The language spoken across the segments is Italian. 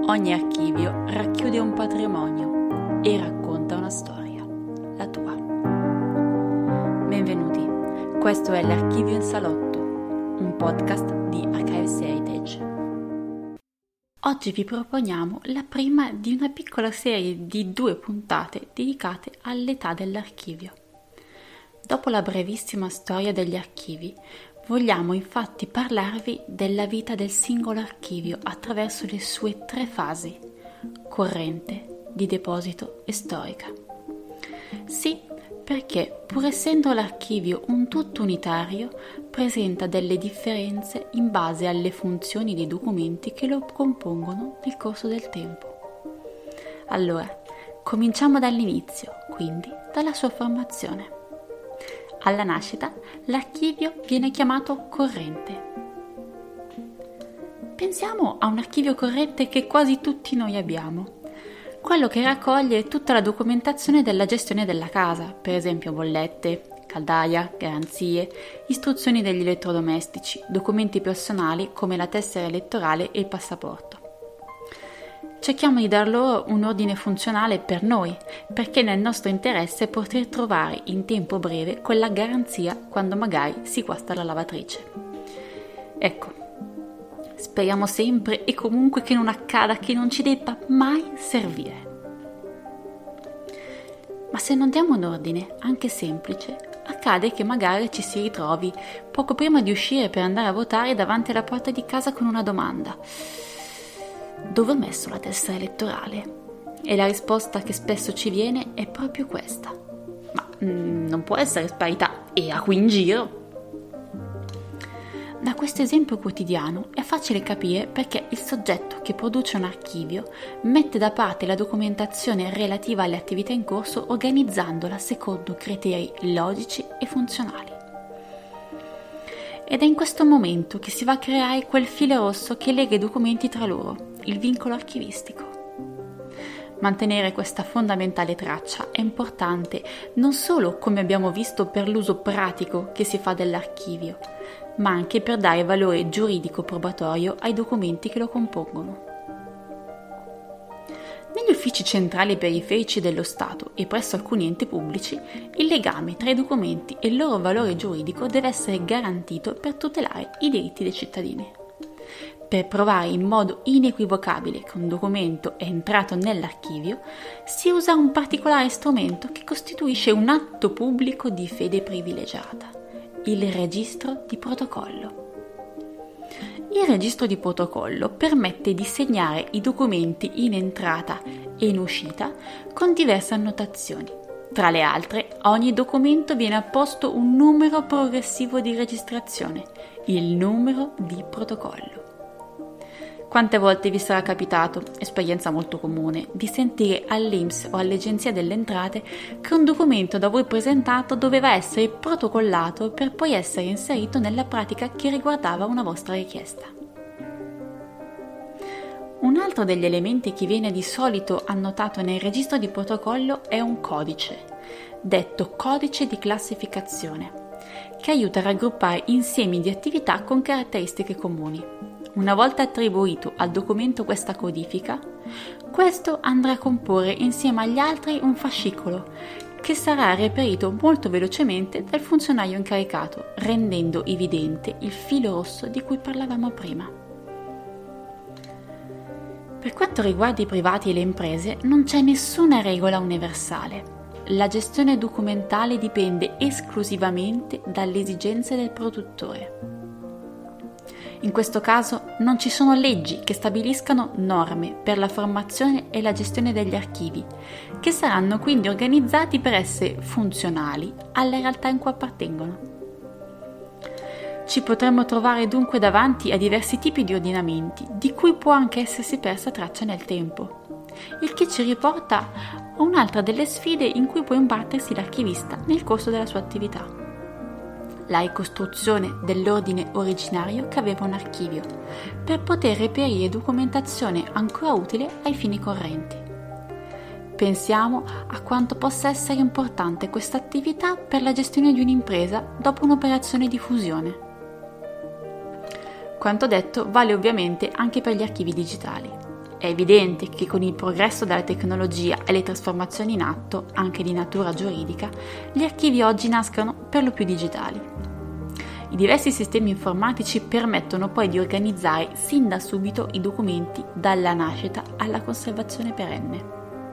Ogni archivio racchiude un patrimonio e racconta una storia, la tua. Benvenuti, questo è l'Archivio in Salotto, un podcast di Archives Heritage. Oggi vi proponiamo la prima di una piccola serie di 2 puntate dedicate all'età dell'archivio. Dopo la brevissima storia degli archivi, vogliamo infatti parlarvi della vita del singolo archivio attraverso le sue 3 fasi: corrente, di deposito e storica. Sì, perché pur essendo l'archivio un tutto unitario, presenta delle differenze in base alle funzioni dei documenti che lo compongono nel corso del tempo. Allora, cominciamo dall'inizio, quindi dalla sua formazione. Alla nascita, l'archivio viene chiamato corrente. Pensiamo a un archivio corrente che quasi tutti noi abbiamo, quello che raccoglie tutta la documentazione della gestione della casa, per esempio bollette, caldaia, garanzie, istruzioni degli elettrodomestici, documenti personali come la tessera elettorale e il passaporto. Cerchiamo di dar loro un ordine funzionale per noi, perché è nel nostro interesse poter trovare in tempo breve quella garanzia quando magari si guasta la lavatrice. Ecco, speriamo sempre e comunque che non accada che non ci debba mai servire. Ma se non diamo un ordine, anche semplice, accade che magari ci si ritrovi poco prima di uscire per andare a votare davanti alla porta di casa con una domanda: dove ho messo la tessera elettorale? E la risposta che spesso ci viene è proprio questa: ma non può essere sparita, era qui in giro. Da questo esempio quotidiano è facile capire perché il soggetto che produce un archivio mette da parte la documentazione relativa alle attività in corso organizzandola secondo criteri logici e funzionali. Ed è in questo momento che si va a creare quel filo rosso che lega i documenti tra loro, il vincolo archivistico. Mantenere questa fondamentale traccia è importante non solo, come abbiamo visto, per l'uso pratico che si fa dell'archivio, ma anche per dare valore giuridico probatorio ai documenti che lo compongono. Negli uffici centrali e periferici dello Stato e presso alcuni enti pubblici, il legame tra i documenti e il loro valore giuridico deve essere garantito per tutelare i diritti dei cittadini. Per provare in modo inequivocabile che un documento è entrato nell'archivio, si usa un particolare strumento che costituisce un atto pubblico di fede privilegiata: il registro di protocollo. Il registro di protocollo permette di segnare i documenti in entrata e in uscita con diverse annotazioni. Tra le altre, a ogni documento viene apposto un numero progressivo di registrazione, il numero di protocollo. Quante volte vi sarà capitato, esperienza molto comune, di sentire all'INPS o all'Agenzia delle Entrate che un documento da voi presentato doveva essere protocollato per poi essere inserito nella pratica che riguardava una vostra richiesta. Un altro degli elementi che viene di solito annotato nel registro di protocollo è un codice, detto codice di classificazione, che aiuta a raggruppare insiemi di attività con caratteristiche comuni. Una volta attribuito al documento questa codifica, questo andrà a comporre insieme agli altri un fascicolo che sarà reperito molto velocemente dal funzionario incaricato, rendendo evidente il filo rosso di cui parlavamo prima. Per quanto riguarda i privati e le imprese, non c'è nessuna regola universale. La gestione documentale dipende esclusivamente dalle esigenze del produttore. In questo caso non ci sono leggi che stabiliscano norme per la formazione e la gestione degli archivi, che saranno quindi organizzati per essere funzionali alle realtà in cui appartengono. Ci potremmo trovare dunque davanti a diversi tipi di ordinamenti, di cui può anche essersi persa traccia nel tempo, il che ci riporta a un'altra delle sfide in cui può imbattersi l'archivista nel corso della sua attività: la ricostruzione dell'ordine originario che aveva un archivio, per poter reperire documentazione ancora utile ai fini correnti. Pensiamo a quanto possa essere importante questa attività per la gestione di un'impresa dopo un'operazione di fusione. Quanto detto vale ovviamente anche per gli archivi digitali. È evidente che con il progresso della tecnologia e le trasformazioni in atto, anche di natura giuridica, gli archivi oggi nascono per lo più digitali. I diversi sistemi informatici permettono poi di organizzare sin da subito i documenti dalla nascita alla conservazione perenne.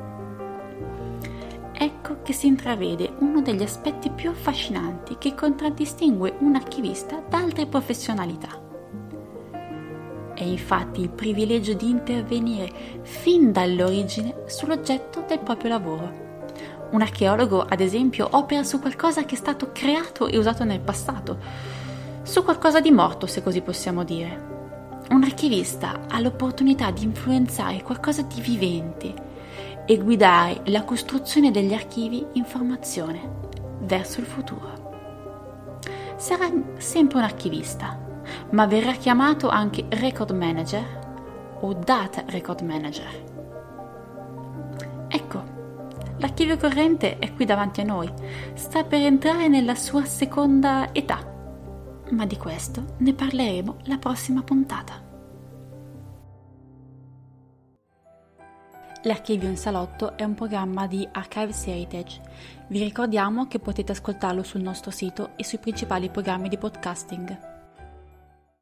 Ecco che si intravede uno degli aspetti più affascinanti che contraddistingue un archivista da altre professionalità. È infatti il privilegio di intervenire fin dall'origine sull'oggetto del proprio lavoro. Un archeologo, ad esempio, opera su qualcosa che è stato creato e usato nel passato, su qualcosa di morto, se così possiamo dire. Un archivista ha l'opportunità di influenzare qualcosa di vivente e guidare la costruzione degli archivi in formazione verso il futuro. Sarà sempre un archivista, ma verrà chiamato anche record manager o data record manager. Ecco, l'archivio corrente è qui davanti a noi, sta per entrare nella sua seconda età, ma di questo ne parleremo la prossima puntata. L'Archivio in Salotto è un programma di Archives Heritage. Vi ricordiamo che potete ascoltarlo sul nostro sito e sui principali programmi di podcasting.